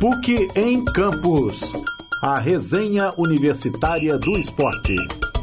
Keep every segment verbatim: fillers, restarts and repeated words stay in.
P U C em Campus. A resenha universitária do esporte.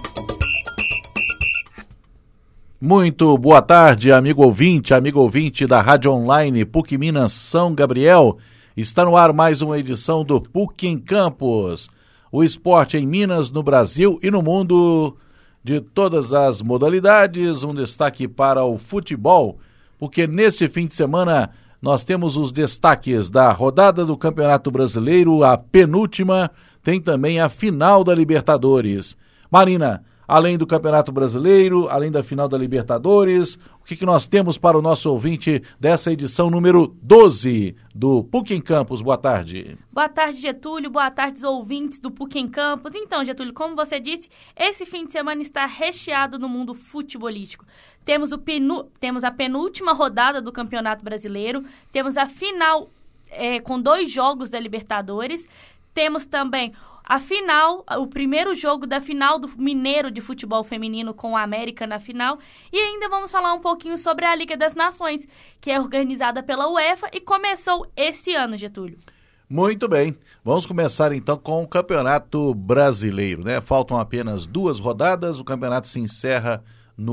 Muito boa tarde, amigo ouvinte, amigo ouvinte da Rádio Online P U C Minas São Gabriel. Está no ar mais uma edição do P U C em Campus. O esporte em Minas, no Brasil e no mundo, de todas as modalidades. Um destaque para o futebol, porque neste fim de semana nós temos os destaques da rodada do Campeonato Brasileiro, a penúltima, tem também a final da Libertadores. Marina, além do Campeonato Brasileiro, além da final da Libertadores, o que, que nós temos para o nosso ouvinte dessa edição número doze do P U C em Campus? Boa tarde. Boa tarde, Getúlio. Boa tarde, os ouvintes do P U C em Campus. Então, Getúlio, como você disse, esse fim de semana está recheado no mundo futebolístico. Temos, o penu... temos a penúltima rodada do Campeonato Brasileiro, temos a final é, com dois jogos da Libertadores, temos também a final, o primeiro jogo da final do Mineiro de Futebol Feminino com a América na final, e ainda vamos falar um pouquinho sobre a Liga das Nações, que é organizada pela UEFA e começou esse ano, Getúlio. Muito bem, vamos começar então com o Campeonato Brasileiro, né? Faltam apenas duas rodadas, o campeonato se encerra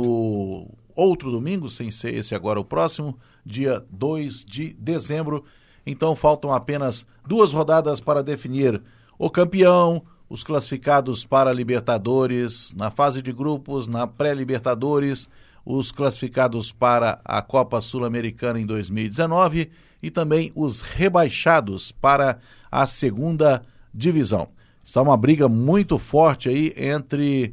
no outro domingo, sem ser esse agora o próximo, dia dois de dezembro. Então faltam apenas duas rodadas para definir o campeão, os classificados para a Libertadores, na fase de grupos, na pré-Libertadores, os classificados para a Copa Sul-Americana em dois mil e dezenove e também os rebaixados para a segunda divisão. Está uma briga muito forte aí entre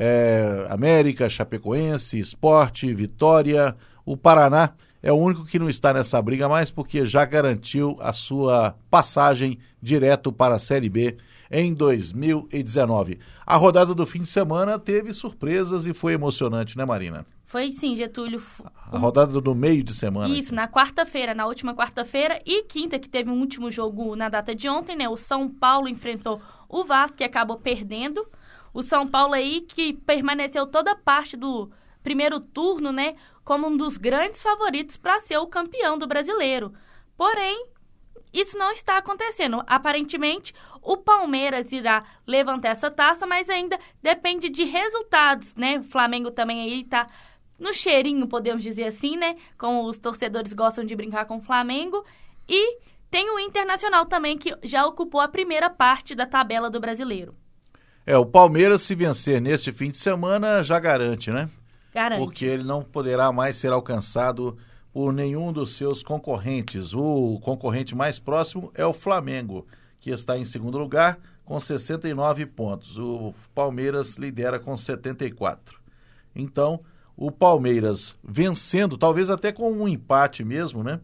É, América, Chapecoense, Sport, Vitória. O Paraná é o único que não está nessa briga mais porque já garantiu a sua passagem direto para a Série B em dois mil e dezenove. A rodada do fim de semana teve surpresas e foi emocionante, né, Marina? Foi sim, Getúlio. A rodada do meio de semana. Isso, na quarta-feira, na última quarta-feira e quinta, que teve um último jogo na data de ontem, né? O São Paulo enfrentou o Vasco, que acabou perdendo. O São Paulo aí que permaneceu toda parte do primeiro turno, né, como um dos grandes favoritos para ser o campeão do Brasileiro. Porém, isso não está acontecendo. Aparentemente, o Palmeiras irá levantar essa taça, mas ainda depende de resultados, né? O Flamengo também aí está no cheirinho, podemos dizer assim, né? Como os torcedores gostam de brincar com o Flamengo. E tem o Internacional também, que já ocupou a primeira parte da tabela do Brasileiro. É, o Palmeiras, se vencer neste fim de semana, já garante, né? Garante. Porque ele não poderá mais ser alcançado por nenhum dos seus concorrentes. O concorrente mais próximo é o Flamengo, que está em segundo lugar com sessenta e nove pontos. O Palmeiras lidera com setenta e quatro. Então, o Palmeiras vencendo, talvez até com um empate mesmo, né?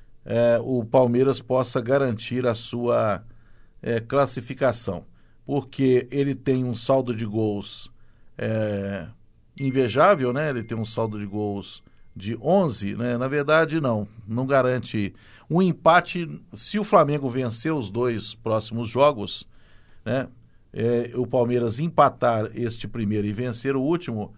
É, o Palmeiras possa garantir a sua é, classificação. Porque ele tem um saldo de gols é, invejável, né? Ele tem um saldo de gols de onze, né? Na verdade, não, não garante um empate. Se o Flamengo vencer os dois próximos jogos, né? É, o Palmeiras empatar este primeiro e vencer o último,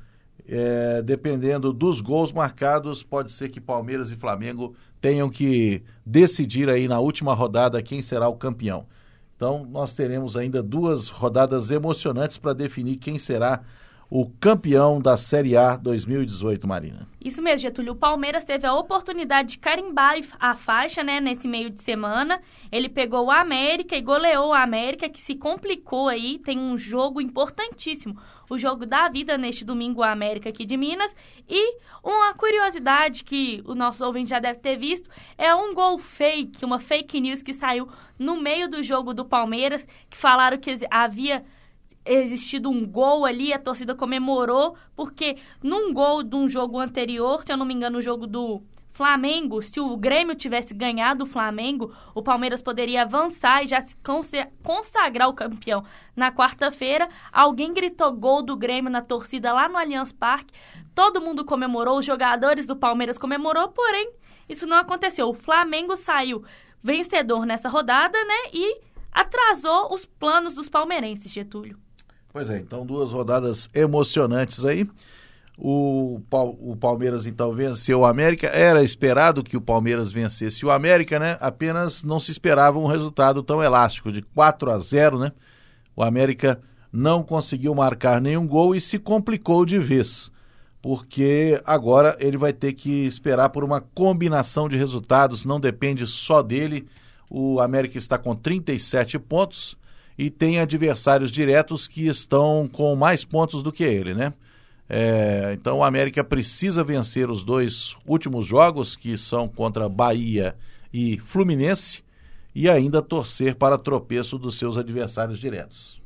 é, dependendo dos gols marcados, pode ser que Palmeiras e Flamengo tenham que decidir aí na última rodada quem será o campeão. Então, nós teremos ainda duas rodadas emocionantes para definir quem será o campeão da Série A dois mil e dezoito, Marina. Isso mesmo, Getúlio. O Palmeiras teve a oportunidade de carimbar a faixa, né, nesse meio de semana. Ele pegou o América e goleou a América, que se complicou aí. Tem um jogo importantíssimo, o jogo da vida neste domingo, a América aqui de Minas. E uma curiosidade que o nosso ouvinte já deve ter visto é um gol fake, uma fake news que saiu no meio do jogo do Palmeiras, que falaram que havia existido um gol ali, a torcida comemorou, porque num gol de um jogo anterior, se eu não me engano, o jogo do Flamengo, se o Grêmio tivesse ganhado o Flamengo, o Palmeiras poderia avançar e já se consagrar o campeão. Na quarta-feira, alguém gritou gol do Grêmio na torcida lá no Allianz Parque, todo mundo comemorou, os jogadores do Palmeiras comemorou, porém, isso não aconteceu. O Flamengo saiu vencedor nessa rodada, né, e atrasou os planos dos palmeirenses, Getúlio. Pois é, então duas rodadas emocionantes aí. O, o Palmeiras então venceu o América, era esperado que o Palmeiras vencesse o América, né? Apenas não se esperava um resultado tão elástico, de quatro a zero, né? O América não conseguiu marcar nenhum gol e se complicou de vez, porque agora ele vai ter que esperar por uma combinação de resultados, não depende só dele. O América está com trinta e sete pontos e tem adversários diretos que estão com mais pontos do que ele, né? É, então o América precisa vencer os dois últimos jogos, que são contra Bahia e Fluminense, e ainda torcer para tropeço dos seus adversários diretos.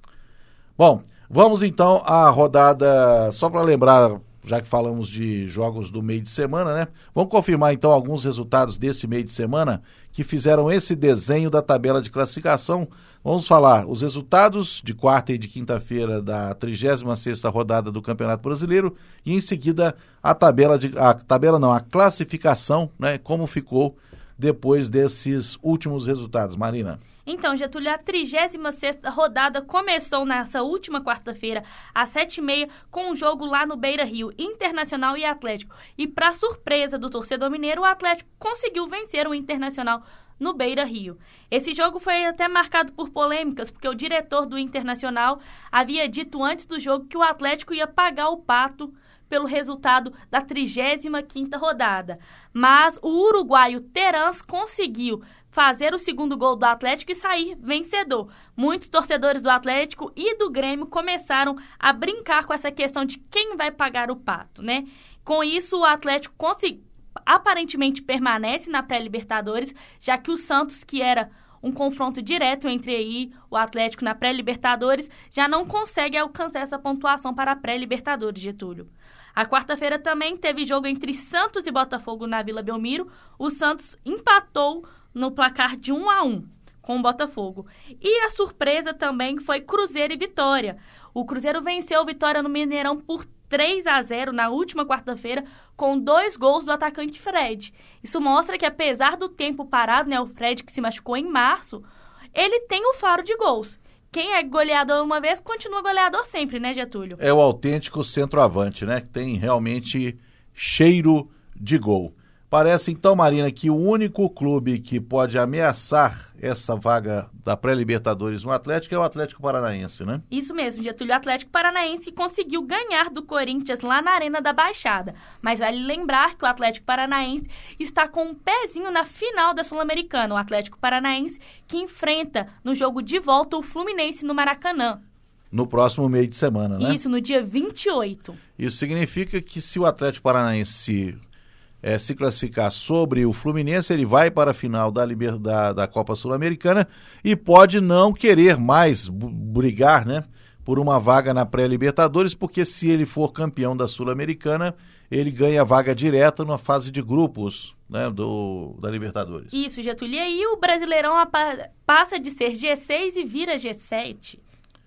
Bom, vamos então à rodada, só para lembrar, já que falamos de jogos do meio de semana, né? Vamos confirmar então alguns resultados desse meio de semana que fizeram esse desenho da tabela de classificação. Vamos falar os resultados de quarta e de quinta-feira da trigésima sexta rodada do Campeonato Brasileiro e em seguida a tabela, de, a tabela não, a classificação, né? Como ficou depois desses últimos resultados. Marina. Então, Getúlio, a trigésima sexta rodada começou nessa última quarta-feira, às sete e meia, com um jogo lá no Beira-Rio, Internacional e Atlético. E, para surpresa do torcedor mineiro, o Atlético conseguiu vencer o Internacional no Beira-Rio. Esse jogo foi até marcado por polêmicas, porque o diretor do Internacional havia dito antes do jogo que o Atlético ia pagar o pato pelo resultado da trigésima quinta rodada. Mas o uruguaio Terans conseguiu fazer o segundo gol do Atlético e sair vencedor. Muitos torcedores do Atlético e do Grêmio começaram a brincar com essa questão de quem vai pagar o pato, né? Com isso, o Atlético consegui... aparentemente permanece na pré-Libertadores, já que o Santos, que era um confronto direto entre aí o Atlético na pré-Libertadores, já não consegue alcançar essa pontuação para a pré-Libertadores, Getúlio. A quarta-feira também teve jogo entre Santos e Botafogo na Vila Belmiro. O Santos empatou no placar de um a um com o Botafogo. E a surpresa também foi Cruzeiro e Vitória. O Cruzeiro venceu o Vitória no Mineirão por três a zero na última quarta-feira, com dois gols do atacante Fred. Isso mostra que, apesar do tempo parado, né, o Fred que se machucou em março, ele tem o faro de gols. Quem é goleador uma vez, continua goleador sempre, né, Getúlio? É o autêntico centroavante, né? Tem realmente cheiro de gol. Parece então, Marina, que o único clube que pode ameaçar essa vaga da pré-Libertadores no Atlético é o Atlético Paranaense, né? Isso mesmo, Getúlio. O Atlético Paranaense conseguiu ganhar do Corinthians lá na Arena da Baixada. Mas vale lembrar que o Atlético Paranaense está com um pezinho na final da Sul-Americana. O Atlético Paranaense que enfrenta no jogo de volta o Fluminense no Maracanã. No próximo meio de semana, né? Isso, no dia vinte e oito. Isso significa que se o Atlético Paranaense É, se classificar sobre o Fluminense, ele vai para a final da, Liber... da, da Copa Sul-Americana e pode não querer mais brigar, né, por uma vaga na pré-Libertadores, porque se ele for campeão da Sul-Americana, ele ganha vaga direta na fase de grupos, né, do, da Libertadores. Isso, Getúlio. E aí o Brasileirão passa de ser G seis e vira G sete.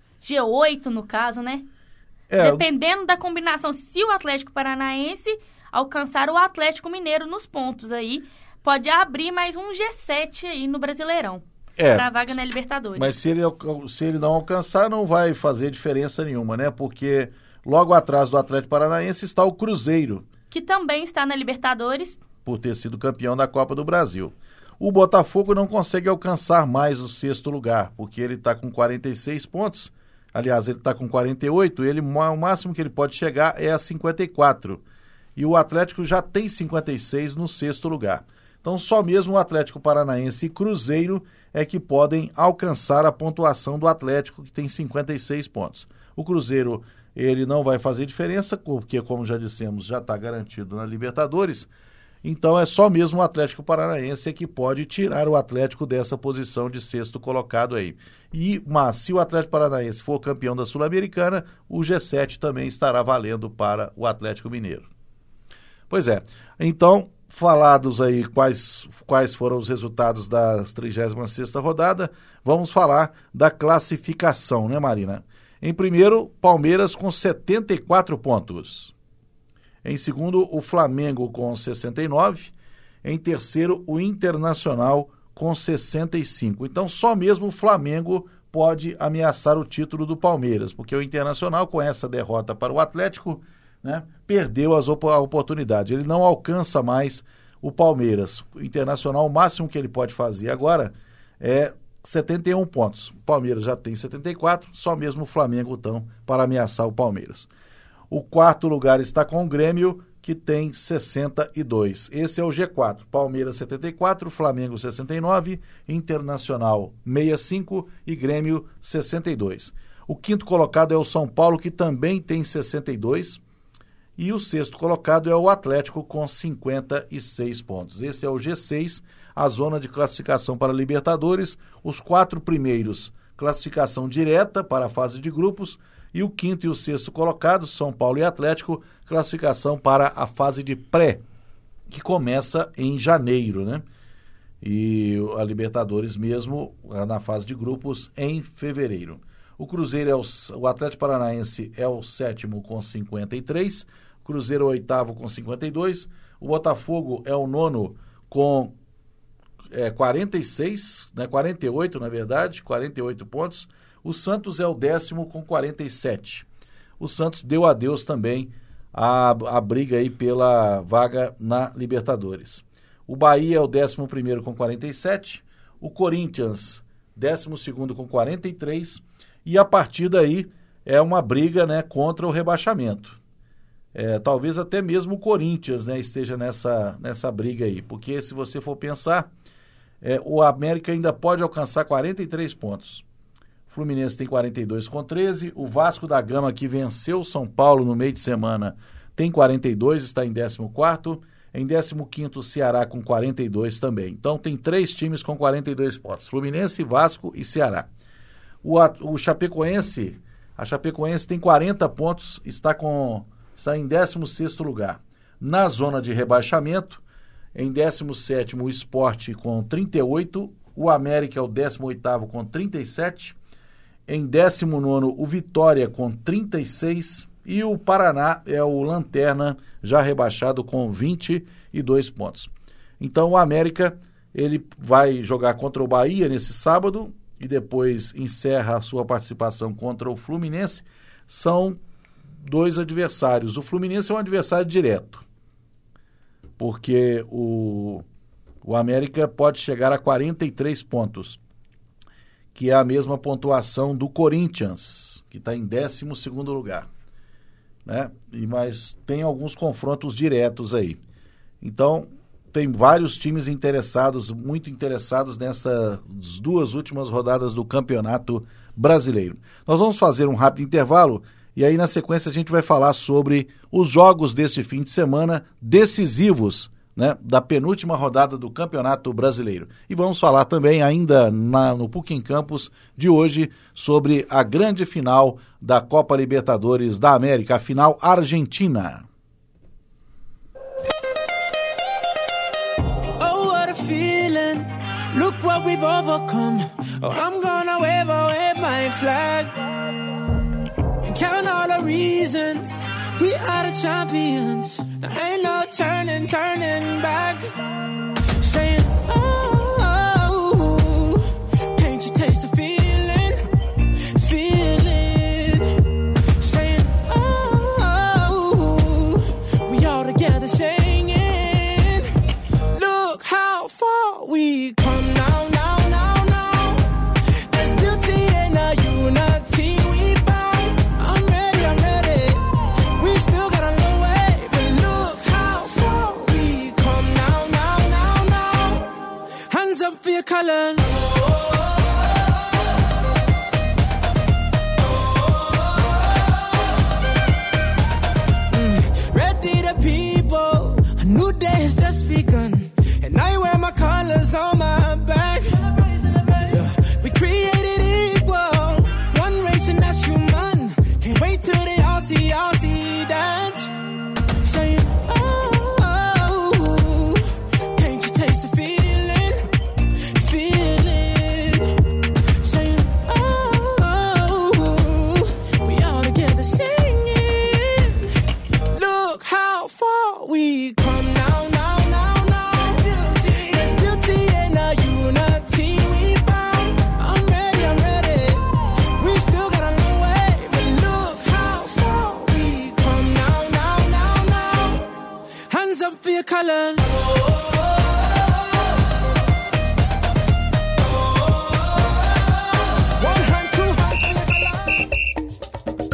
G oito, no caso, né? É, dependendo da combinação. Se o Atlético Paranaense alcançar o Atlético Mineiro nos pontos aí, pode abrir mais um G sete aí no Brasileirão, é, para a vaga na Libertadores. Mas se ele, se ele não alcançar, não vai fazer diferença nenhuma, né? Porque logo atrás do Atlético Paranaense está o Cruzeiro, que também está na Libertadores, por ter sido campeão da Copa do Brasil. O Botafogo não consegue alcançar mais o sexto lugar, porque ele está com quarenta e seis pontos. Aliás, ele está com quarenta e oito, ele, o máximo que ele pode chegar é a cinquenta e quatro. E o Atlético já tem cinquenta e seis no sexto lugar. Então, só mesmo o Atlético Paranaense e Cruzeiro é que podem alcançar a pontuação do Atlético, que tem cinquenta e seis pontos. O Cruzeiro, ele não vai fazer diferença, porque, como já dissemos, já está garantido na Libertadores. Então, é só mesmo o Atlético Paranaense que pode tirar o Atlético dessa posição de sexto colocado aí. E, mas, se o Atlético Paranaense for campeão da Sul-Americana, o G sete também estará valendo para o Atlético Mineiro. Pois é, então, falados aí quais, quais foram os resultados da trigésima sexta rodada, vamos falar da classificação, né, Marina? Em primeiro, Palmeiras com setenta e quatro pontos. Em segundo, o Flamengo com sessenta e nove. Em terceiro, o Internacional com sessenta e cinco. Então, só mesmo o Flamengo pode ameaçar o título do Palmeiras, porque o Internacional, com essa derrota para o Atlético, né, perdeu as op- a oportunidade. Ele não alcança mais o Palmeiras. O Internacional, o máximo que ele pode fazer agora é setenta e um pontos. O Palmeiras já tem setenta e quatro, só mesmo o Flamengo então para ameaçar o Palmeiras. O quarto lugar está com o Grêmio, que tem sessenta e dois. Esse é o G quatro. Palmeiras setenta e quatro, Flamengo sessenta e nove, Internacional sessenta e cinco e Grêmio sessenta e dois. O quinto colocado é o São Paulo, que também tem sessenta e dois. E o sexto colocado é o Atlético, com cinquenta e seis pontos. Esse é o G seis, a zona de classificação para a Libertadores. Os quatro primeiros, classificação direta para a fase de grupos. E o quinto e o sexto colocados, São Paulo e Atlético, classificação para a fase de pré, que começa em janeiro, né? E a Libertadores mesmo, na fase de grupos, em fevereiro. O Cruzeiro é o, o Atlético Paranaense é o sétimo com cinquenta e três, o Cruzeiro é o oitavo com cinquenta e dois, o Botafogo é o nono com é, quarenta e seis, né? quarenta e oito na verdade, quarenta e oito pontos. O Santos é o décimo com quarenta e sete. O Santos deu adeus também à, à briga aí pela vaga na Libertadores. O Bahia é o décimo primeiro com quarenta e sete. O Corinthians, décimo segundo com quarenta e três. E a partir daí é uma briga, né, contra o rebaixamento. É, talvez até mesmo o Corinthians, né, esteja nessa, nessa briga aí. Porque se você for pensar, é, o América ainda pode alcançar quarenta e três pontos. O Fluminense tem quarenta e dois com treze, o Vasco da Gama, que venceu o São Paulo no meio de semana, tem quarenta e dois, está em décimo quarto, em décimo quinto o Ceará com quarenta e dois também. Então tem três times com quarenta e dois pontos, Fluminense, Vasco e Ceará. O, o Chapecoense, a Chapecoense tem quarenta pontos, está, com, está em décimo sexto lugar. Na zona de rebaixamento, em décimo sétimo o Sport com trinta e oito, o América é o décimo oitavo com trinta e sete, em décimo nono, o Vitória com trinta e seis e o Paraná é o lanterna, já rebaixado com vinte e dois pontos. Então o América ele vai jogar contra o Bahia nesse sábado e depois encerra a sua participação contra o Fluminense. São dois adversários. O Fluminense é um adversário direto, porque o, o América pode chegar a quarenta e três pontos. Que é a mesma pontuação do Corinthians, que está em décimo segundo lugar, né? E, mas tem alguns confrontos diretos aí. Então, tem vários times interessados, muito interessados nessas duas últimas rodadas do Campeonato Brasileiro. Nós vamos fazer um rápido intervalo e aí na sequência a gente vai falar sobre os jogos desse fim de semana decisivos, né, da penúltima rodada do Campeonato Brasileiro. E vamos falar também ainda na, no P U C em Campus de hoje sobre a grande final da Copa Libertadores da América, a final argentina. Oh, what a feeling. Look what we've overcome. Oh, I'm gonna wave away my flag and count all the reasons we are the champions. There ain't no turning, turning back. Saying, oh, oh, can't you taste the feeling, feeling? Saying, oh, oh, we all together singing. Look how far we come now, now, now, now. There's beauty in our unity we found. I'm ready, I'm ready. We still got a long way, but look how far we come now, now, now, now. Hands up for your colors. Mm, ready the people, a new day has just begun, and I wear my colors on my back. Yeah, we created equal, one race and that's human. Can't wait till they all see, all see that. Saying, oh, oh, can't you taste the feeling, feeling? Saying, oh, oh, we all together singing. Look how far we come now, now, now,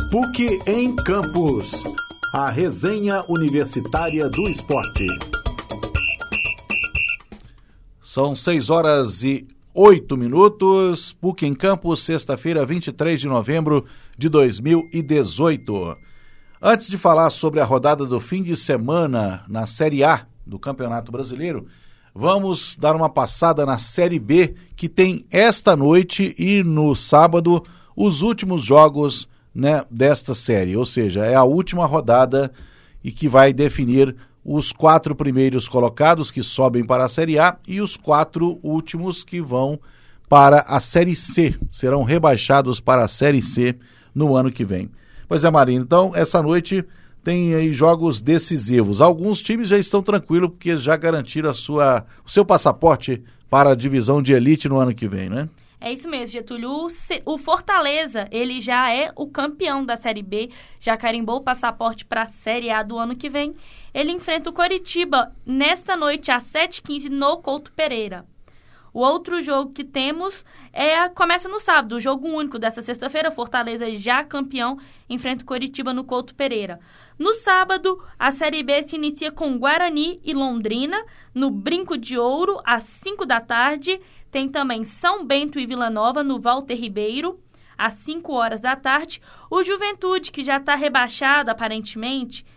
P U C em Campus. A resenha universitária do esporte. São seis horas e oito minutos. P U C em Campus, sexta-feira, vinte e três de novembro de dois mil e dezoito. Antes de falar sobre a rodada do fim de semana na Série A do Campeonato Brasileiro, vamos dar uma passada na Série B, que tem esta noite e no sábado os últimos jogos, né, desta série, ou seja, é a última rodada e que vai definir os quatro primeiros colocados que sobem para a Série A e os quatro últimos que vão para a Série C, serão rebaixados para a Série C no ano que vem. Pois é, Marina, então essa noite tem aí jogos decisivos. Alguns times já estão tranquilos porque já garantiram a sua, o seu passaporte para a divisão de elite no ano que vem, né? É isso mesmo, Getúlio. O, C... o Fortaleza, ele já é o campeão da Série B, já carimbou o passaporte para a Série A do ano que vem. Ele enfrenta o Coritiba nesta noite às sete e quinze no Couto Pereira. O outro jogo que temos é começa no sábado, o jogo único dessa sexta-feira. Fortaleza já campeão, enfrenta o Coritiba no Couto Pereira. No sábado, a Série B se inicia com Guarani e Londrina, no Brinco de Ouro, às cinco da tarde. Tem também São Bento e Vila Nova, no Walter Ribeiro, às cinco horas da tarde. O Juventude, que já está rebaixado aparentemente,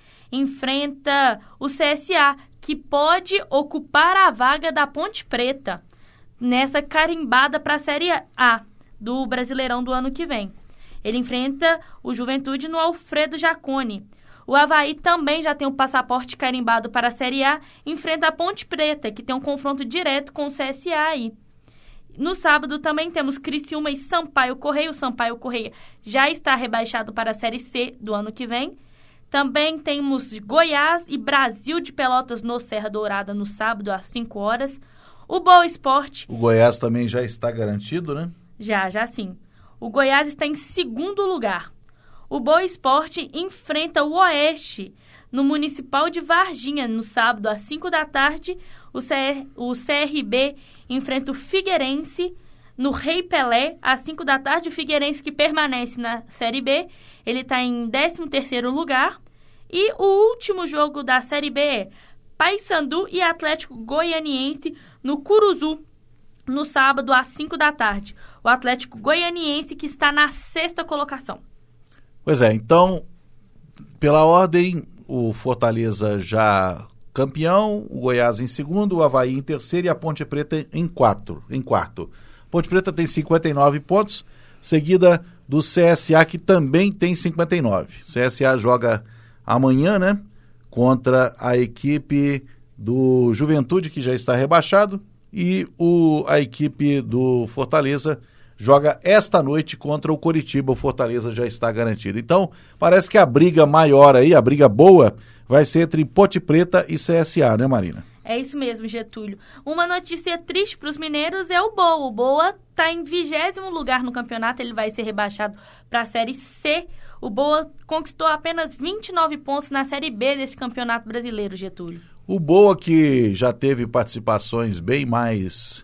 enfrenta o C S A, que pode ocupar a vaga da Ponte Preta nessa carimbada para a Série A do Brasileirão do ano que vem. Ele enfrenta o Juventude no Alfredo Jaconi. O Avaí também já tem um passaporte carimbado para a Série A, enfrenta a Ponte Preta, que tem um confronto direto com o C S A aí. No sábado também temos Criciúma e Sampaio Correia. O Sampaio Correia já está rebaixado para a Série C do ano que vem. Também temos Goiás e Brasil de Pelotas no Serra Dourada no sábado às cinco horas. O Boa Esporte... O Goiás também já está garantido, né? Já, já sim. O Goiás está em segundo lugar. O Boa Esporte enfrenta o Oeste no Municipal de Varginha no sábado às cinco da tarde. O, C R... o C R B enfrenta o Figueirense no Rei Pelé às cinco da tarde. O Figueirense, que permanece na Série B, ele está em décimo terceiro lugar. E o último jogo da Série B é Paysandu e Atlético Goianiense no Curuzu, no sábado às cinco da tarde. O Atlético Goianiense, que está na sexta colocação. Pois é, então, pela ordem, o Fortaleza já campeão, o Goiás em segundo, o Avaí em terceiro e a Ponte Preta em, quatro, em quarto. Ponte Preta tem cinquenta e nove pontos, seguida do C S A, que também tem cinquenta e nove. O C S A joga amanhã, né, contra a equipe do Juventude, que já está rebaixado, e o, a equipe do Fortaleza joga esta noite contra o Coritiba. O Fortaleza já está garantido. Então, parece que a briga maior aí, a briga boa, vai ser entre Ponte Preta e C S A, né, Marina? É isso mesmo, Getúlio. Uma notícia triste para os mineiros é o Boa. O Boa está em vigésimo lugar no campeonato, ele vai ser rebaixado para a Série C. O Boa conquistou apenas vinte e nove pontos na Série B desse campeonato brasileiro, Getúlio. O Boa, que já teve participações bem mais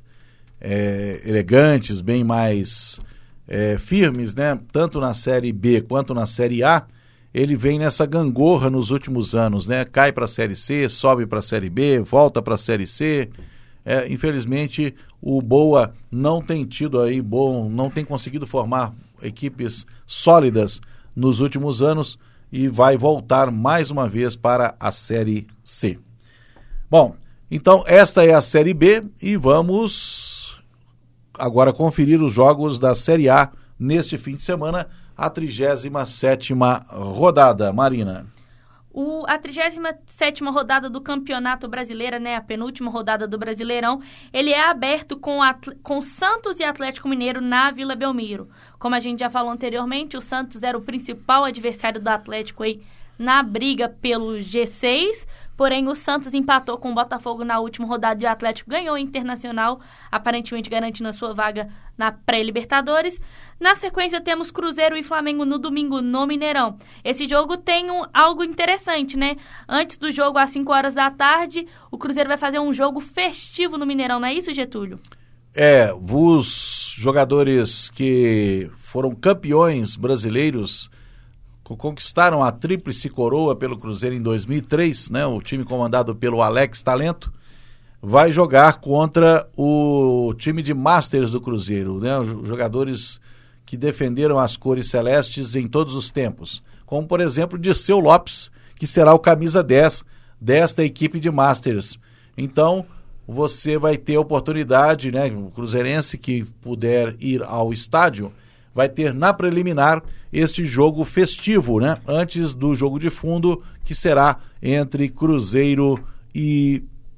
é, elegantes, bem mais é, firmes, né? Tanto na Série B quanto na Série A, ele vem nessa gangorra nos últimos anos, né? Cai para a Série C, sobe para a Série B, volta para a Série C. É, infelizmente, o Boa não tem tido aí bom, não tem conseguido formar equipes sólidas nos últimos anos e vai voltar mais uma vez para a Série C. Bom, então esta é a Série B e vamos agora conferir os jogos da Série A neste fim de semana, a trigésima sétima rodada. Marina. O, a trigésima sétima rodada do Campeonato Brasileiro, né, a penúltima rodada do Brasileirão, ele é aberto com, atle, com Santos e Atlético Mineiro na Vila Belmiro. Como a gente já falou anteriormente, o Santos era o principal adversário do Atlético aí na briga pelo G seis, porém o Santos empatou com o Botafogo na última rodada e o Atlético ganhou o Internacional, aparentemente garantindo a sua vaga na pré-Libertadores. Na sequência temos Cruzeiro e Flamengo no domingo no Mineirão. Esse jogo tem um, algo interessante, né? Antes do jogo, às cinco horas da tarde, o Cruzeiro vai fazer um jogo festivo no Mineirão, não é isso, Getúlio? É, os jogadores que foram campeões brasileiros conquistaram a tríplice coroa pelo Cruzeiro em dois mil e três, né? O time comandado pelo Alex Talento vai jogar contra o time de Masters do Cruzeiro, né? Os jogadores que defenderam as cores celestes em todos os tempos, como por exemplo Dirceu Lopes, que será o camisa dez desta equipe de Masters. Então você vai ter a oportunidade, né? O cruzeirense que puder ir ao estádio vai ter na preliminar este jogo festivo, né? Antes do jogo de fundo, que será entre Cruzeiro e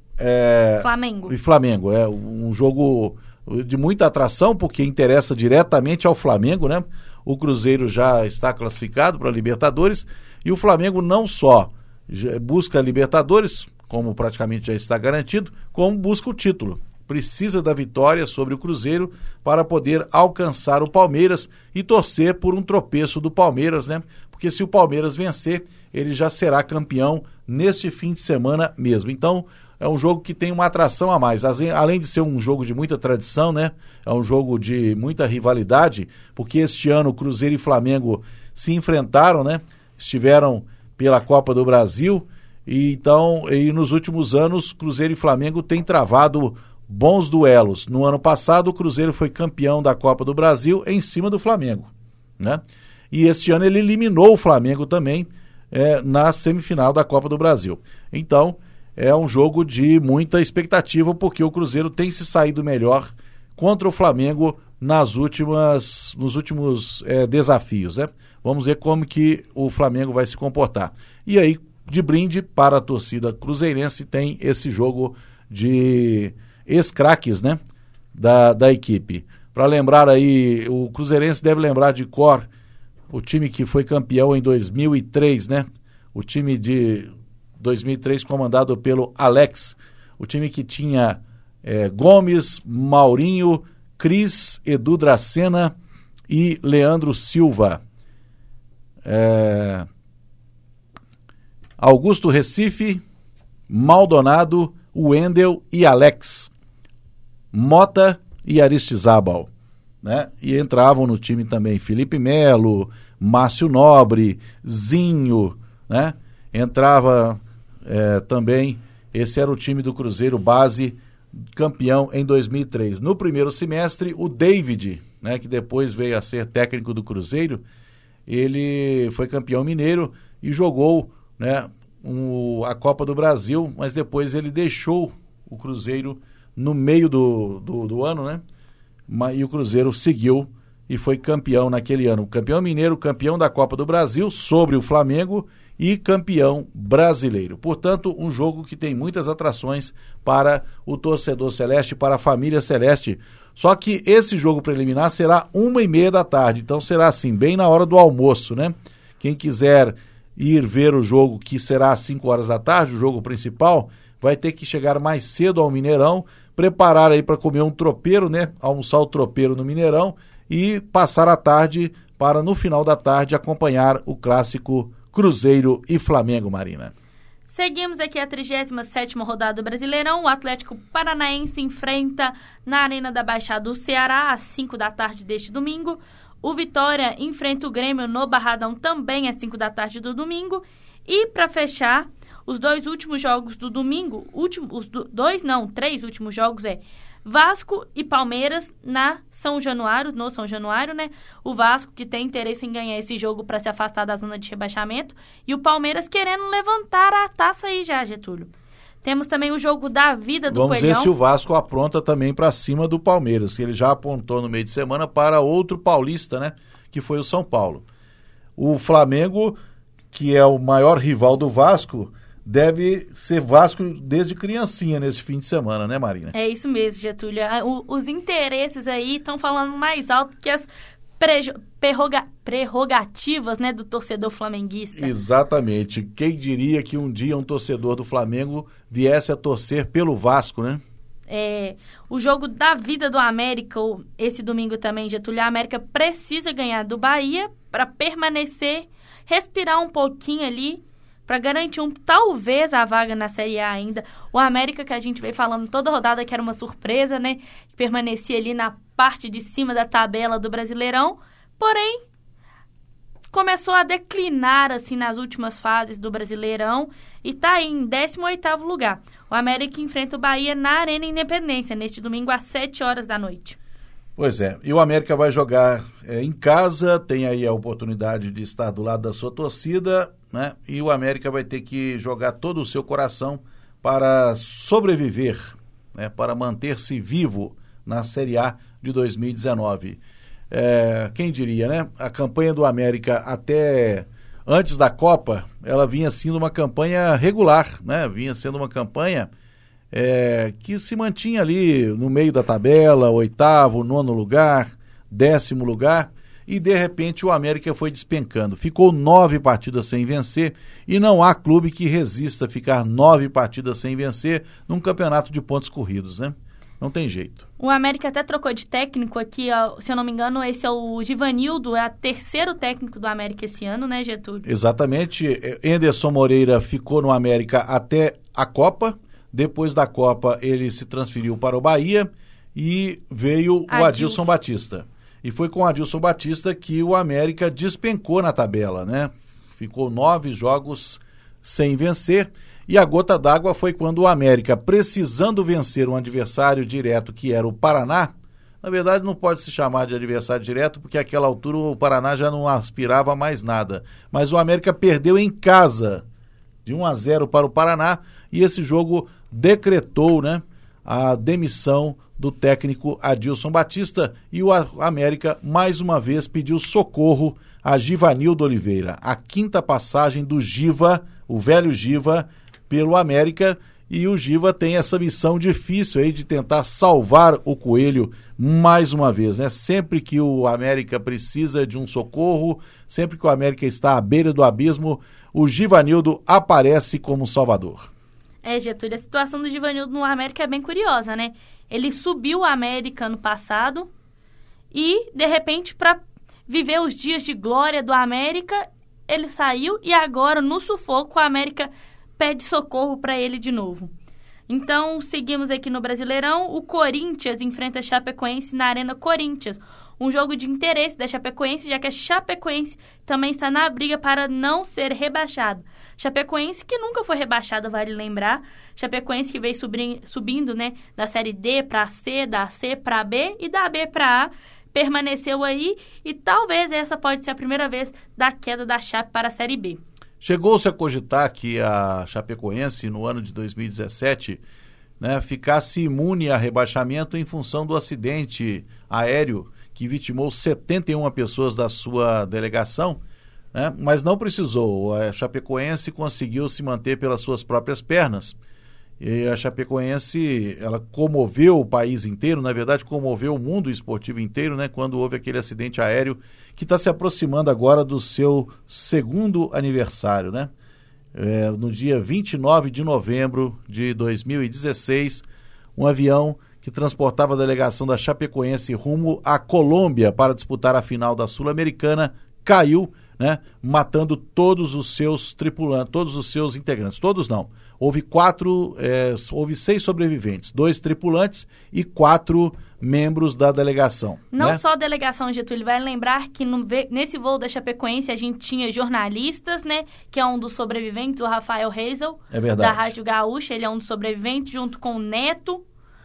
é, Flamengo. E Flamengo. É um jogo de muita atração, porque interessa diretamente ao Flamengo, né? O Cruzeiro já está classificado para a Libertadores e o Flamengo não só busca a Libertadores, como praticamente já está garantido, como busca o título. Precisa da vitória sobre o Cruzeiro para poder alcançar o Palmeiras e torcer por um tropeço do Palmeiras, né? Porque se o Palmeiras vencer, ele já será campeão neste fim de semana mesmo. Então, é um jogo que tem uma atração a mais. Além de ser um jogo de muita tradição, né? É um jogo de muita rivalidade, porque este ano Cruzeiro e Flamengo se enfrentaram, né? Estiveram pela Copa do Brasil e então, e nos últimos anos, Cruzeiro e Flamengo têm travado bons duelos. No ano passado, o Cruzeiro foi campeão da Copa do Brasil em cima do Flamengo, né? E este ano ele eliminou o Flamengo também é, na semifinal da Copa do Brasil. Então, é um jogo de muita expectativa, porque o Cruzeiro tem se saído melhor contra o Flamengo nas últimas, nos últimos é, desafios, né? Vamos ver como que o Flamengo vai se comportar. E aí, de brinde para a torcida cruzeirense, tem esse jogo de ex-craques, né, da, da equipe. Para lembrar aí, o cruzeirense deve lembrar de cor o time que foi campeão em dois mil e três, né? O time de dois mil e três comandado pelo Alex, o time que tinha é, Gomes, Maurinho, Cris, Edu Dracena e Leandro Silva. É... Augusto Recife, Maldonado, Wendel e Alex, Mota e Aristizábal, né? E entravam no time também Felipe Melo, Márcio Nobre, Zinho, né? Entrava é, também, esse era o time do Cruzeiro base, campeão em dois mil e três. No primeiro semestre, o David, né, que depois veio a ser técnico do Cruzeiro, ele foi campeão mineiro e jogou, né, um, a Copa do Brasil, mas depois ele deixou o Cruzeiro no meio do, do, do ano, né? E o Cruzeiro seguiu e foi campeão naquele ano. Campeão mineiro, campeão da Copa do Brasil sobre o Flamengo e campeão brasileiro. Portanto, um jogo que tem muitas atrações para o torcedor celeste, para a família celeste. Só que esse jogo preliminar será uma e meia da tarde, então será assim, bem na hora do almoço, né? Quem quiser ir ver o jogo, que será às cinco horas da tarde, o jogo principal, vai ter que chegar mais cedo ao Mineirão, preparar aí para comer um tropeiro, né? Almoçar o tropeiro no Mineirão e passar a tarde para, no final da tarde, acompanhar o clássico Cruzeiro e Flamengo, Marina. Seguimos aqui a trigésima sétima rodada do Brasileirão. O Atlético Paranaense enfrenta na Arena da Baixada do Ceará às cinco da tarde deste domingo. O Vitória enfrenta o Grêmio no Barradão também às cinco da tarde do domingo. E para fechar, os dois últimos jogos do domingo, último, os do, dois não, três últimos jogos é Vasco e Palmeiras na São Januário, no São Januário, né? O Vasco que tem interesse em ganhar esse jogo para se afastar da zona de rebaixamento e o Palmeiras querendo levantar a taça aí já, Getúlio. Temos também o jogo da vida do Vamos Coelhão. ver se o Vasco apronta também para cima do Palmeiras, que ele já apontou no meio de semana para outro paulista, né? Que foi o São Paulo. O Flamengo, que é o maior rival do Vasco, deve ser Vasco desde criancinha nesse fim de semana, né, Marina? É isso mesmo, Getúlio. O, os interesses aí estão falando mais alto que as prejo, prerroga, prerrogativas, né, do torcedor flamenguista. Exatamente. Quem diria que um dia um torcedor do Flamengo viesse a torcer pelo Vasco, né? É, o jogo da vida do América, esse domingo também, Getúlio, a América precisa ganhar do Bahia para permanecer, respirar um pouquinho ali, para garantir um, talvez a vaga na Série A ainda. O América, que a gente veio falando toda rodada que era uma surpresa, né? Que permanecia ali na parte de cima da tabela do Brasileirão. Porém, começou a declinar assim nas últimas fases do Brasileirão e está em décimo oitavo lugar. O América enfrenta o Bahia na Arena Independência, neste domingo às sete horas da noite. Pois é, e o América vai jogar é, em casa, tem aí a oportunidade de estar do lado da sua torcida, né? E o América vai ter que jogar todo o seu coração para sobreviver, né? Para manter-se vivo na Série A de dois mil e dezenove. É, quem diria, né? A campanha do América até antes da Copa, ela vinha sendo uma campanha regular, né? Vinha sendo uma campanha é, que se mantinha ali no meio da tabela, oitavo, nono lugar, décimo lugar, e de repente o América foi despencando. Ficou nove partidas sem vencer e não há clube que resista a ficar nove partidas sem vencer num campeonato de pontos corridos, né? Não tem jeito. O América até trocou de técnico aqui, ó, se eu não me engano, esse é o Givanildo, é o terceiro técnico do América esse ano, né, Getúlio? Exatamente. Anderson Moreira ficou no América até a Copa. Depois da Copa, ele se transferiu para o Bahia e veio o Adilson, Adilson Batista. E foi com o Adilson Batista que o América despencou na tabela, né? Ficou nove jogos sem vencer. E a gota d'água foi quando o América, precisando vencer um adversário direto, que era o Paraná, na verdade não pode se chamar de adversário direto, porque àquela altura o Paraná já não aspirava a mais nada. Mas o América perdeu em casa, de um a zero para o Paraná, e esse jogo decretou, né, a demissão do técnico Adilson Batista, e o América, mais uma vez, pediu socorro a Givanildo Oliveira. A quinta passagem do Giva, o velho Giva, pelo América, e o Giva tem essa missão difícil aí de tentar salvar o Coelho mais uma vez, né? Sempre que o América precisa de um socorro, sempre que o América está à beira do abismo, o Givanildo aparece como salvador. É, Getúlio, a situação do Givanildo no América é bem curiosa, né? Ele subiu o América ano passado e, de repente, para viver os dias de glória do América, ele saiu e agora, no sufoco, o América pede socorro para ele de novo. Então, seguimos aqui no Brasileirão. O Corinthians enfrenta a Chapecoense na Arena Corinthians. Um jogo de interesse da Chapecoense, já que a Chapecoense também está na briga para não ser rebaixado. Chapecoense que nunca foi rebaixada, vale lembrar. Chapecoense que veio subir, subindo, né, da Série D para a C, da C para a B e da B para A. Permaneceu aí e talvez essa pode ser a primeira vez da queda da Chape para a Série B. Chegou-se a cogitar que a Chapecoense, no ano de dois mil e dezessete, né, ficasse imune a rebaixamento em função do acidente aéreo que vitimou setenta e uma pessoas da sua delegação, né, mas não precisou. A Chapecoense conseguiu se manter pelas suas próprias pernas. E a Chapecoense, ela comoveu o país inteiro, na verdade comoveu o mundo esportivo inteiro, né, quando houve aquele acidente aéreo que está se aproximando agora do seu segundo aniversário, né? É, no dia vinte e nove de novembro de dois mil e dezesseis, um avião que transportava a delegação da Chapecoense rumo à Colômbia para disputar a final da Sul-Americana caiu, né, matando todos os seus tripulantes, todos os seus integrantes. Todos não. Houve quatro, é, houve seis sobreviventes, dois tripulantes e quatro membros da delegação. Não né? só a delegação, Getúlio, vai lembrar que no, nesse voo da Chapecoense a gente tinha jornalistas, né, que é um dos sobreviventes, o Rafael Reisel, é verdade, da Rádio Gaúcha, ele é um dos sobreviventes, junto com o Neto,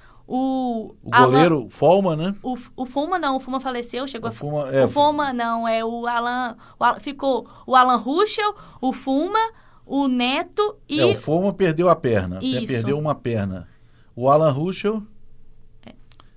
o... O goleiro, Alan, Fulma, né? O, o Fulma não, o Fulma faleceu, chegou o a... Fulma, é, o Fulma não, é o Alan... O Alan ficou o Alan Ruschel, o Fulma, o Neto e... É, o Fulma perdeu a perna, Isso. perdeu uma perna. O Alan Ruschel... É.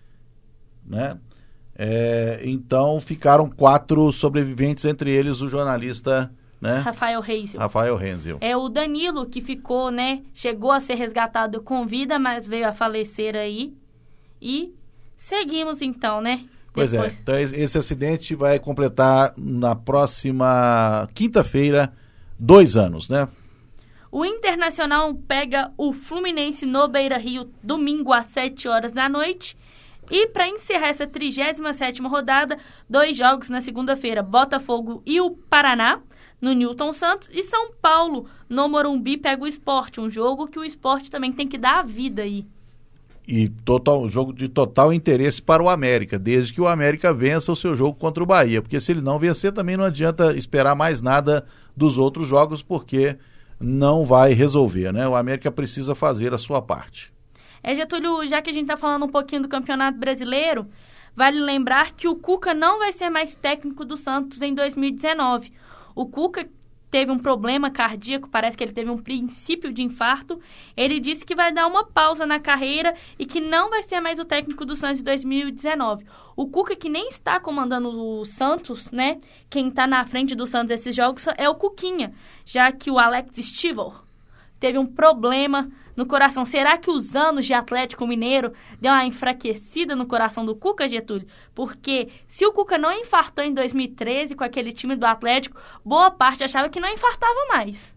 Né? É, então ficaram quatro sobreviventes, entre eles o jornalista, né? Rafael Reisel. Rafael Reisel. É o Danilo que ficou, né? Chegou a ser resgatado com vida, mas veio a falecer aí. E seguimos então, né? Pois Depois. é, então esse acidente vai completar na próxima quinta-feira dois anos, né? O Internacional pega o Fluminense no Beira-Rio domingo às sete horas da noite. E para encerrar essa trigésima sétima rodada, dois jogos na segunda-feira, Botafogo e o Paraná, no Newton Santos, e São Paulo, no Morumbi, pega o Sport, um jogo que o Sport também tem que dar a vida aí. E total, jogo de total interesse para o América, desde que o América vença o seu jogo contra o Bahia, porque se ele não vencer também não adianta esperar mais nada dos outros jogos, porque não vai resolver, né? O América precisa fazer a sua parte. É, Getúlio, já que a gente está falando um pouquinho do Campeonato Brasileiro, vale lembrar que o Cuca não vai ser mais técnico do Santos em dois mil e dezenove. O Cuca teve um problema cardíaco, parece que ele teve um princípio de infarto. Ele disse que vai dar uma pausa na carreira e que não vai ser mais o técnico do Santos em dois mil e dezenove. O Cuca, que nem está comandando o Santos, né? Quem está na frente do Santos nesses jogos é o Cuquinha, já que o Alex Stivel teve um problema no coração. Será que os anos de Atlético Mineiro deu uma enfraquecida no coração do Cuca, Getúlio? Porque se o Cuca não infartou em dois mil e treze com aquele time do Atlético, boa parte achava que não infartava mais.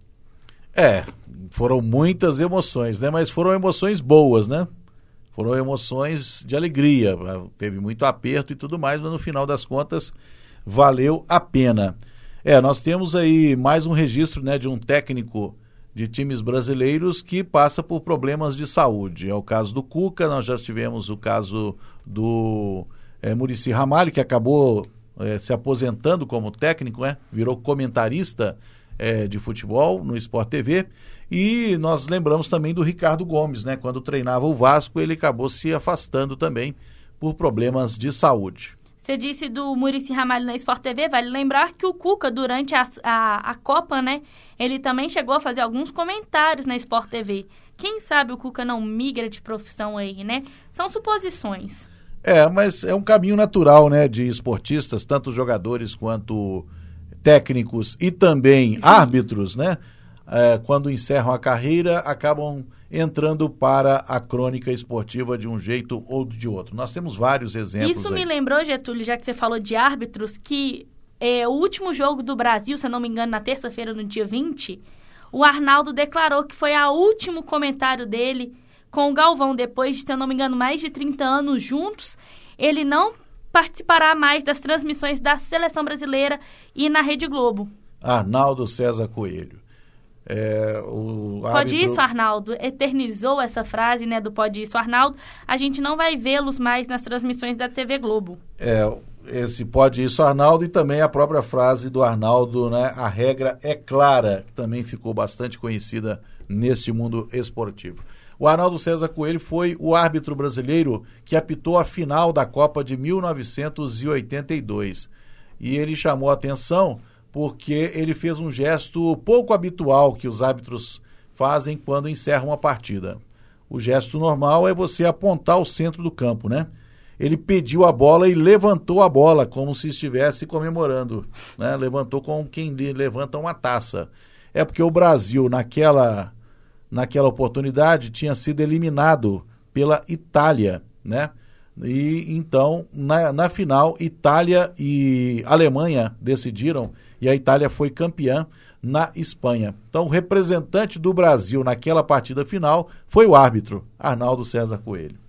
É, foram muitas emoções, né? Mas foram emoções boas, né? Foram emoções de alegria. Teve muito aperto e tudo mais, mas no final das contas valeu a pena. É, nós temos aí mais um registro, né, de um técnico de times brasileiros que passa por problemas de saúde. É o caso do Cuca, nós já tivemos o caso do é, Muricy Ramalho, que acabou é, se aposentando como técnico, né? Virou comentarista é, de futebol no Sport T V. E nós lembramos também do Ricardo Gomes, né? Quando treinava o Vasco, ele acabou se afastando também por problemas de saúde. Você disse do Muricy Ramalho na Sport T V, vale lembrar que o Cuca, durante a, a, a Copa, né, ele também chegou a fazer alguns comentários na Sport T V. Quem sabe o Cuca não migra de profissão aí, né? São suposições. É, mas é um caminho natural, né, de esportistas, tanto jogadores quanto técnicos e também Sim. árbitros, né? É, quando encerram a carreira, acabam entrando para a crônica esportiva de um jeito ou de outro. Nós temos vários exemplos. Isso aí. Me lembrou, Getúlio, já que você falou de árbitros, que é, o último jogo do Brasil, se eu não me engano, na terça-feira, no dia vinte, o Arnaldo declarou que foi o último comentário dele com o Galvão, depois de, se eu não me engano, mais de trinta anos juntos. Ele não participará mais das transmissões da Seleção Brasileira e na Rede Globo. Arnaldo César Coelho. É, o Pode árbitro... isso, Arnaldo, eternizou essa frase, né, do Pode isso, Arnaldo. A gente não vai vê-los mais nas transmissões da T V Globo. É, esse Pode isso, Arnaldo, e também a própria frase do Arnaldo, né, a regra é clara, que também ficou bastante conhecida neste mundo esportivo. O Arnaldo César Coelho foi o árbitro brasileiro que apitou a final da Copa de mil novecentos e oitenta e dois. E ele chamou a atenção porque ele fez um gesto pouco habitual que os árbitros fazem quando encerram a partida. O gesto normal é você apontar o centro do campo, né? Ele pediu a bola e levantou a bola como se estivesse comemorando, né? Levantou como quem levanta uma taça. É porque o Brasil, naquela, naquela oportunidade, tinha sido eliminado pela Itália, né? E então, na, na final, Itália e Alemanha decidiram e a Itália foi campeã na Espanha. Então, o representante do Brasil naquela partida final foi o árbitro, Arnaldo César Coelho.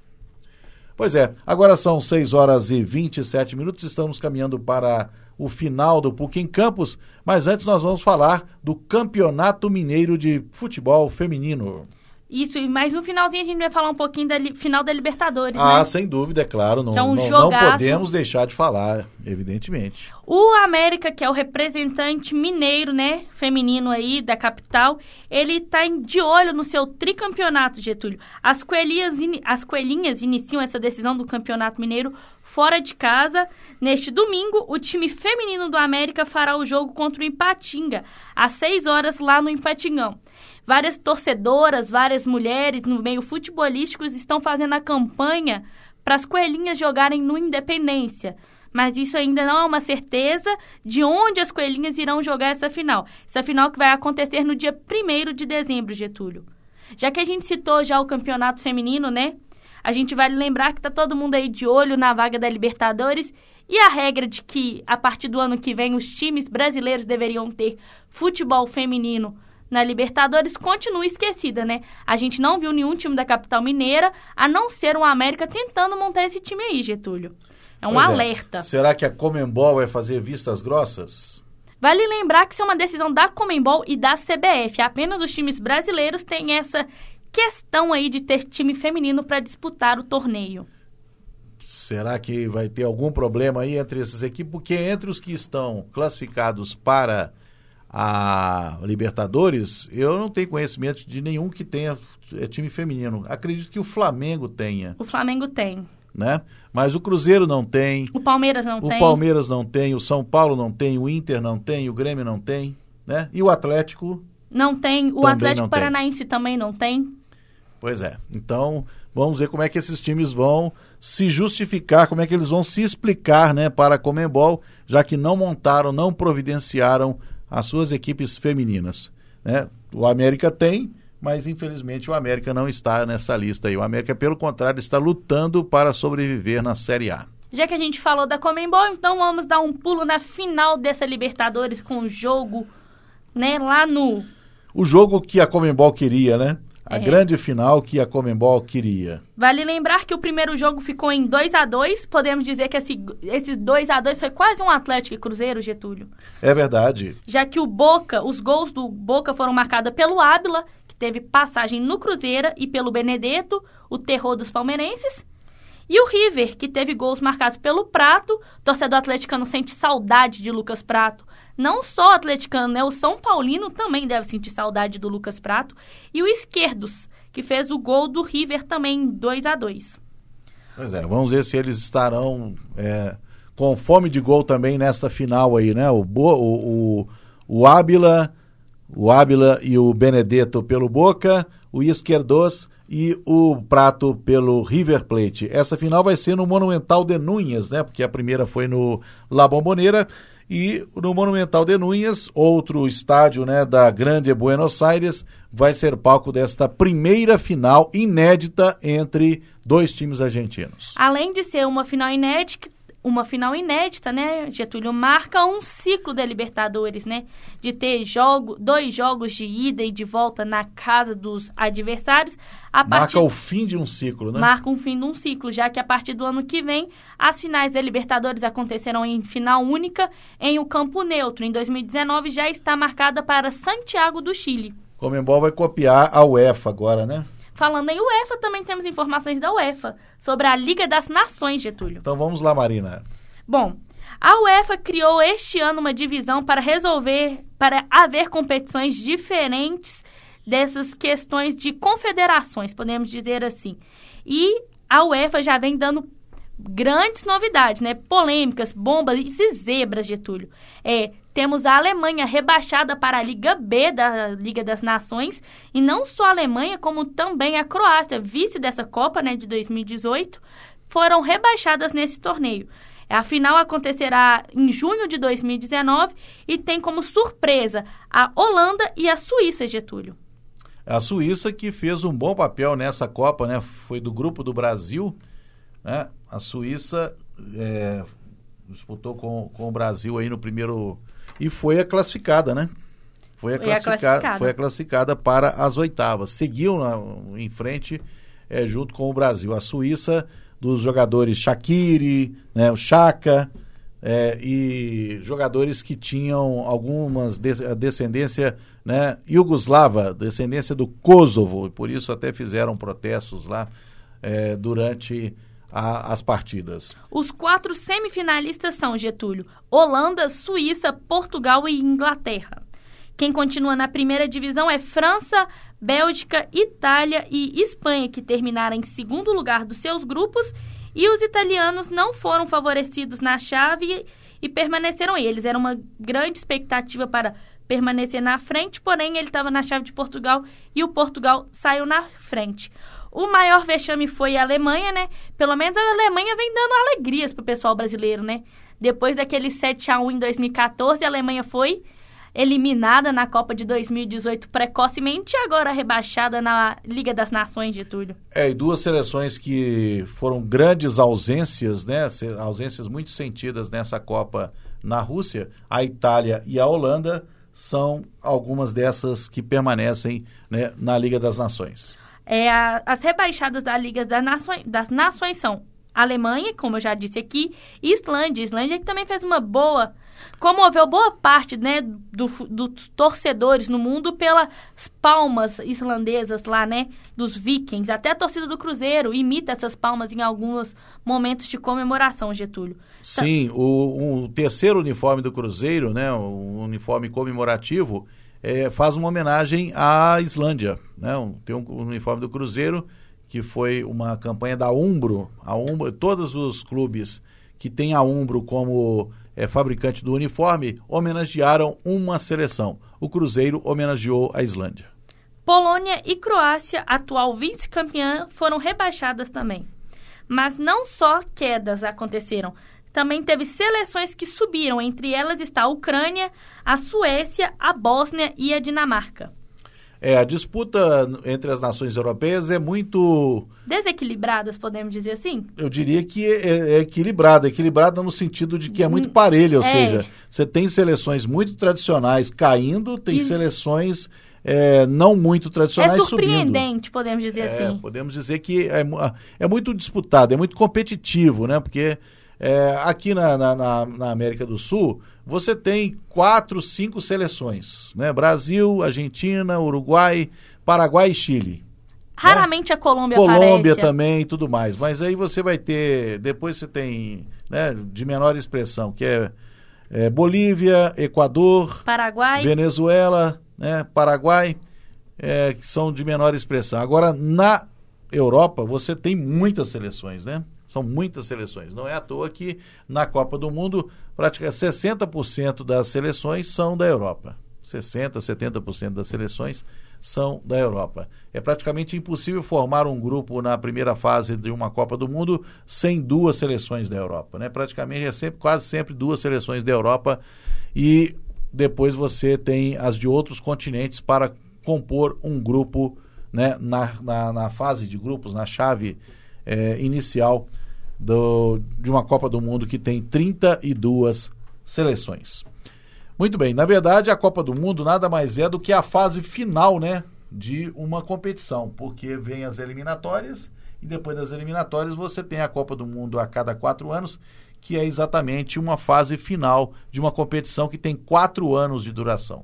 Pois é, agora são seis horas e vinte e sete minutos, estamos caminhando para o final do P U C em Campos, mas antes nós vamos falar do Campeonato Mineiro de Futebol Feminino. Isso, mas no finalzinho a gente vai falar um pouquinho da li- final da Libertadores, Ah, né? sem dúvida, é claro, não, é um não, não podemos deixar de falar, evidentemente. O América, que é o representante mineiro, né, feminino aí da capital, ele tá em, de olho no seu tricampeonato, Getúlio. As coelhinhas, in, as coelhinhas iniciam essa decisão do Campeonato Mineiro fora de casa. Neste domingo, o time feminino do América fará o jogo contra o Ipatinga, às seis horas lá no Ipatingão. Várias torcedoras, várias mulheres no meio futebolístico estão fazendo a campanha para as coelhinhas jogarem no Independência. Mas isso ainda não é uma certeza de onde as coelhinhas irão jogar essa final. Essa final que vai acontecer no dia primeiro de dezembro, Getúlio. Já que a gente citou já o campeonato feminino, né? A gente vai lembrar que tá todo mundo aí de olho na vaga da Libertadores e a regra de que, a partir do ano que vem, os times brasileiros deveriam ter futebol feminino na Libertadores continua esquecida, né? A gente não viu nenhum time da capital mineira, a não ser o América tentando montar esse time aí, Getúlio. É um pois alerta. É. Será que a Conmebol vai fazer vistas grossas? Vale lembrar que isso é uma decisão da Conmebol e da C B F. Apenas os times brasileiros têm essa questão aí de ter time feminino para disputar o torneio. Será que vai ter algum problema aí entre essas equipes? Porque entre os que estão classificados para a Libertadores, eu não tenho conhecimento de nenhum que tenha time feminino. Acredito que o Flamengo tenha. O Flamengo tem. Né? Mas o Cruzeiro não tem. O Palmeiras não o tem. O Palmeiras não tem, o São Paulo não tem, o Inter não tem, o Grêmio não tem, né? E o Atlético não tem, o Atlético Paranaense também não tem. Pois é. Então, vamos ver como é que esses times vão se justificar, como é que eles vão se explicar, né, para a Conmebol, já que não montaram, não providenciaram as suas equipes femininas, né? O América tem, mas infelizmente o América não está nessa lista aí. O América, pelo contrário, está lutando para sobreviver na Série A. Já que a gente falou da Conmebol, então vamos dar um pulo na final dessa Libertadores com o jogo, né, lá no... O jogo que a Conmebol queria, né? A é. grande final que a Conmebol queria. Vale lembrar que o primeiro jogo ficou em dois a dois. Podemos dizer que esse, esse dois a dois foi quase um Atlético e Cruzeiro, Getúlio. É verdade. Já que o Boca, os gols do Boca foram marcados pelo Ábila, que teve passagem no Cruzeiro, e pelo Benedetto, o terror dos palmeirenses. E o River, que teve gols marcados pelo Prato. O torcedor atleticano sente saudade de Lucas Prato. Não só o atleticano, né? O São Paulino também deve sentir saudade do Lucas Prato. E o Esquerdos, que fez o gol do River também em dois a dois. Pois é, vamos ver se eles estarão é, com fome de gol também nesta final aí, né? O, Bo, o, o, o Ábila, o Ábila e o Benedetto pelo Boca, o Esquerdos e o Prato pelo River Plate. Essa final vai ser no Monumental de Núñez, né? Porque a primeira foi no La Bombonera. E no Monumental de Núñez, outro estádio, né, da Grande Buenos Aires, vai ser palco desta primeira final inédita entre dois times argentinos. Além de ser uma final inédita, uma final inédita, né, Getúlio, marca um ciclo da Libertadores, né, de ter jogo, dois jogos de ida e de volta na casa dos adversários. A partir... Marca o fim de um ciclo, né? Marca um fim de um ciclo, já que a partir do ano que vem, as finais da Libertadores acontecerão em final única em um campo neutro. Em dois mil e dezenove já está marcada para Santiago do Chile. Conmebol vai copiar a UEFA agora, né? Falando em UEFA, também temos informações da UEFA sobre a Liga das Nações, Getúlio. Então vamos lá, Marina. Bom, a UEFA criou este ano uma divisão para resolver, para haver competições diferentes dessas questões de confederações, podemos dizer assim. E a UEFA já vem dando grandes novidades, né? Polêmicas, bombas e zebras, Getúlio. É, temos a Alemanha rebaixada para a Liga B da Liga das Nações, e não só a Alemanha, como também a Croácia, vice dessa Copa, né, de dois mil e dezoito, foram rebaixadas nesse torneio. A final acontecerá em junho de dois mil e dezenove e tem como surpresa a Holanda e a Suíça, Getúlio. A Suíça que fez um bom papel nessa Copa, né? Foi do grupo do Brasil, né? A Suíça é, disputou com, com o Brasil aí no primeiro... E foi a classificada, né? Foi a, foi classificada, a classificada. Foi a classificada para as oitavas. Seguiu na, em frente é, junto com o Brasil. A Suíça, dos jogadores Shaqiri, né, o Chaka, é, e jogadores que tinham algumas de, descendência, né, iugoslava, descendência do Kosovo, e por isso até fizeram protestos lá é, durante a, as partidas. Os quatro semifinalistas são, Getúlio, Holanda, Suíça, Portugal e Inglaterra. Quem continua na primeira divisão é França, Bélgica, Itália e Espanha, que terminaram em segundo lugar dos seus grupos, e os italianos não foram favorecidos na chave e permaneceram aí. Eles eram uma grande expectativa para permanecer na frente, porém ele estava na chave de Portugal e o Portugal saiu na frente. O maior vexame foi a Alemanha, né? Pelo menos a Alemanha vem dando alegrias pro pessoal brasileiro, né? Depois daquele sete a um em dois mil e catorze, a Alemanha foi eliminada na Copa de dois mil e dezoito precocemente e agora rebaixada na Liga das Nações, Getúlio. É, e duas seleções que foram grandes ausências, né? Ausências muito sentidas nessa Copa na Rússia, a Itália e a Holanda, são algumas dessas que permanecem, né, na Liga das Nações. É, a, as rebaixadas da Liga das Nações, das Nações são Alemanha, como eu já disse aqui, e Islândia. Islândia que também fez uma boa... Comoveu boa parte, né, do, dos torcedores no mundo pelas palmas islandesas lá, né, dos vikings. Até a torcida do Cruzeiro imita essas palmas em alguns momentos de comemoração, Getúlio. Sim, o, o terceiro uniforme do Cruzeiro, né, o uniforme comemorativo, é, faz uma homenagem à Islândia, né? Tem um, um uniforme do Cruzeiro que foi uma campanha da Umbro, a Umbro, todos os clubes que têm a Umbro como é, fabricante do uniforme homenagearam uma seleção. O Cruzeiro homenageou a Islândia. Polônia e Croácia, atual vice-campeã, foram rebaixadas também. Mas não só quedas aconteceram, também teve seleções que subiram, entre elas está a Ucrânia, a Suécia, a Bósnia e a Dinamarca. É, a disputa entre as nações europeias é muito... Desequilibradas, podemos dizer assim? Eu diria que é, é equilibrada, equilibrada no sentido de que é muito parelha, ou é. seja, você tem seleções muito tradicionais caindo, tem Isso. seleções é, não muito tradicionais subindo. É surpreendente, subindo. podemos dizer é, assim. Podemos dizer que é, é muito disputado, é muito competitivo, né? Porque é, aqui na, na, na América do Sul... Você tem quatro, cinco seleções, né? Brasil, Argentina, Uruguai, Paraguai e Chile. Raramente né? a Colômbia Colômbia aparece. também e tudo mais. Mas aí você vai ter, depois você tem, né, de menor expressão, que é, é Bolívia, Equador, Paraguai, Venezuela, né, Paraguai, é, que são de menor expressão. Agora, na Europa, você tem muitas seleções, né? São muitas seleções. Não é à toa que na Copa do Mundo, praticamente sessenta por cento das seleções são da Europa. sessenta, setenta por cento das seleções são da Europa. É praticamente impossível formar um grupo na primeira fase de uma Copa do Mundo sem duas seleções da Europa, né? Praticamente é sempre, quase sempre duas seleções da Europa e depois você tem as de outros continentes para compor um grupo, né, na, na, na fase de grupos, na chave É, inicial do, de uma Copa do Mundo que tem trinta e duas seleções. Muito bem, na verdade a Copa do Mundo nada mais é do que a fase final, né, de uma competição, porque vem as eliminatórias e depois das eliminatórias você tem a Copa do Mundo a cada quatro anos, que é exatamente uma fase final de uma competição que tem quatro anos de duração.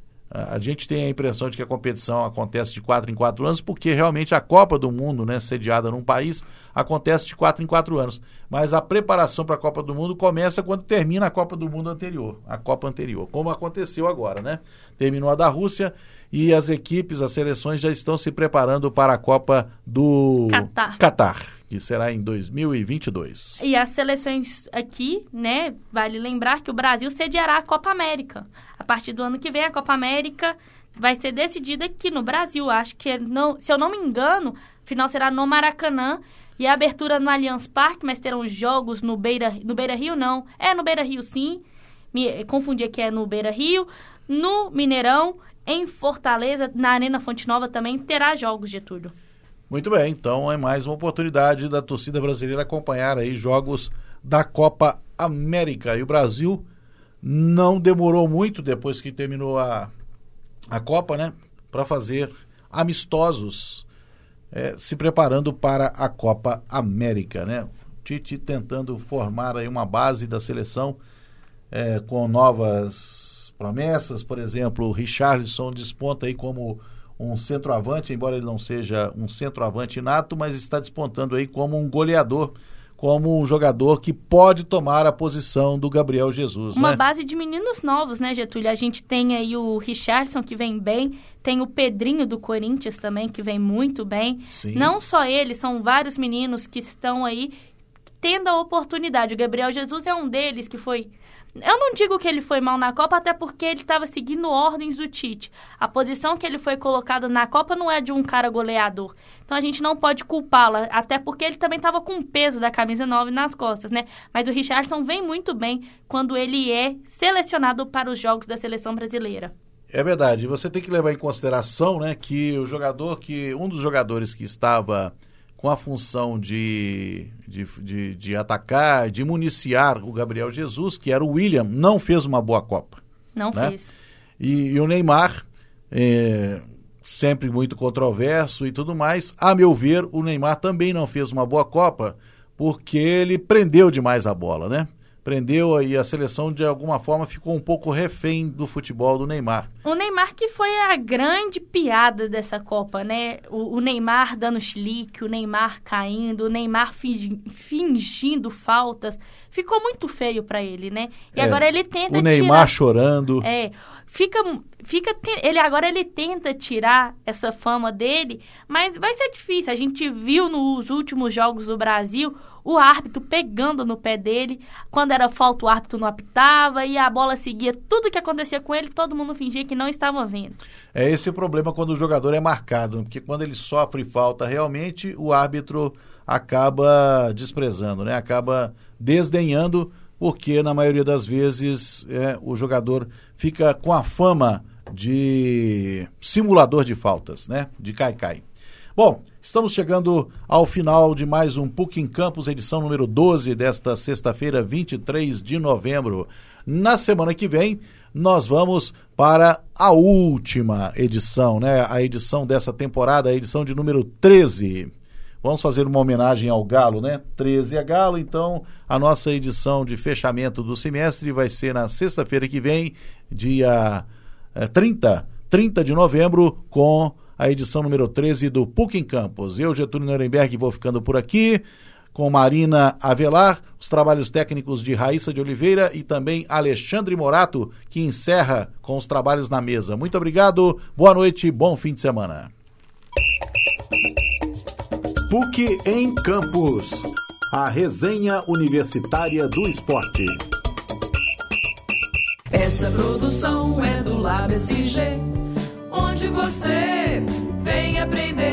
A gente tem a impressão de que a competição acontece de quatro em quatro anos, porque realmente a Copa do Mundo, né, sediada num país, acontece de quatro em quatro anos. Mas a preparação para a Copa do Mundo começa quando termina a Copa do Mundo anterior, a Copa anterior, como aconteceu agora, né? Terminou a da Rússia e as equipes, as seleções já estão se preparando para a Copa do Catar, Catar, que será em dois mil e vinte e dois. E as seleções aqui, né, vale lembrar que o Brasil sediará a Copa América. A partir do ano que vem, a Copa América vai ser decidida aqui no Brasil. Acho que, não, se eu não me engano, a final será no Maracanã e a abertura no Allianz Parque, mas terão jogos no Beira, no Beira Rio, não. É no Beira Rio, sim. Me confundi aqui, é no Beira Rio. No Mineirão, em Fortaleza, na Arena Fonte Nova também terá jogos, Getúlio. Muito bem, então é mais uma oportunidade da torcida brasileira acompanhar aí jogos da Copa América. E o Brasil não demorou muito depois que terminou a, a Copa, né, para fazer amistosos, é, se preparando para a Copa América, né? Tite tentando formar aí uma base da seleção é, com novas promessas, por exemplo, o Richarlison desponta aí como um centroavante, embora ele não seja um centroavante nato, mas está despontando aí como um goleador, como um jogador que pode tomar a posição do Gabriel Jesus. Uma né? base de meninos novos, né, Getúlio? A gente tem aí o Richarlison, que vem bem, tem o Pedrinho do Corinthians também, que vem muito bem. Sim. Não só ele, são vários meninos que estão aí tendo a oportunidade. O Gabriel Jesus é um deles que foi... Eu não digo que ele foi mal na Copa, até porque ele estava seguindo ordens do Tite. A posição que ele foi colocado na Copa não é de um cara goleador. Então a gente não pode culpá-la, até porque ele também estava com o peso da camisa nove nas costas, né? Mas o Richarlison vem muito bem quando ele é selecionado para os jogos da seleção brasileira. É verdade. Você tem que levar em consideração, né, que o jogador que um dos jogadores que estava com a função de, de, de, de atacar, de municiar o Gabriel Jesus, que era o William, não fez uma boa Copa. Não né? fez. E, e o Neymar, é, sempre muito controverso e tudo mais. A meu ver, o Neymar também não fez uma boa Copa, porque ele prendeu demais a bola, né? Prendeu aí a seleção, de alguma forma, ficou um pouco refém do futebol do Neymar. O Neymar que foi a grande piada dessa Copa, né? O, o Neymar dando chilique, o Neymar caindo, o Neymar fingi, fingindo faltas. Ficou muito feio pra ele, né? E é, agora ele tenta o Neymar tirar, chorando. É, fica, fica, ele agora ele tenta tirar essa fama dele, mas vai ser difícil. A gente viu nos últimos jogos do Brasil o árbitro pegando no pé dele. Quando era falta, o árbitro não apitava e a bola seguia. Tudo que acontecia com ele, todo mundo fingia que não estava vendo. É esse o problema quando o jogador é marcado, porque quando ele sofre falta realmente, o árbitro acaba desprezando, né? Acaba desdenhando, porque na maioria das vezes é, o jogador fica com a fama de simulador de faltas, né? De cai-cai. Bom, estamos chegando ao final de mais um P U C em Campus, edição número doze desta sexta-feira, vinte e três de novembro. Na semana que vem, nós vamos para a última edição, né? A edição dessa temporada, a edição de número treze. Vamos fazer uma homenagem ao Galo, né? treze é Galo, então a nossa edição de fechamento do semestre vai ser na sexta-feira que vem, dia é, trinta, trinta de novembro, com a edição número treze do P U C em Campus. Eu, Getúlio Nuremberg, vou ficando por aqui, com Marina Avelar, os trabalhos técnicos de Raíssa de Oliveira e também Alexandre Morato, que encerra com os trabalhos na mesa. Muito obrigado, boa noite, bom fim de semana. P U C em Campus, a resenha universitária do esporte. Essa produção é do Lab S G, onde você vem aprender.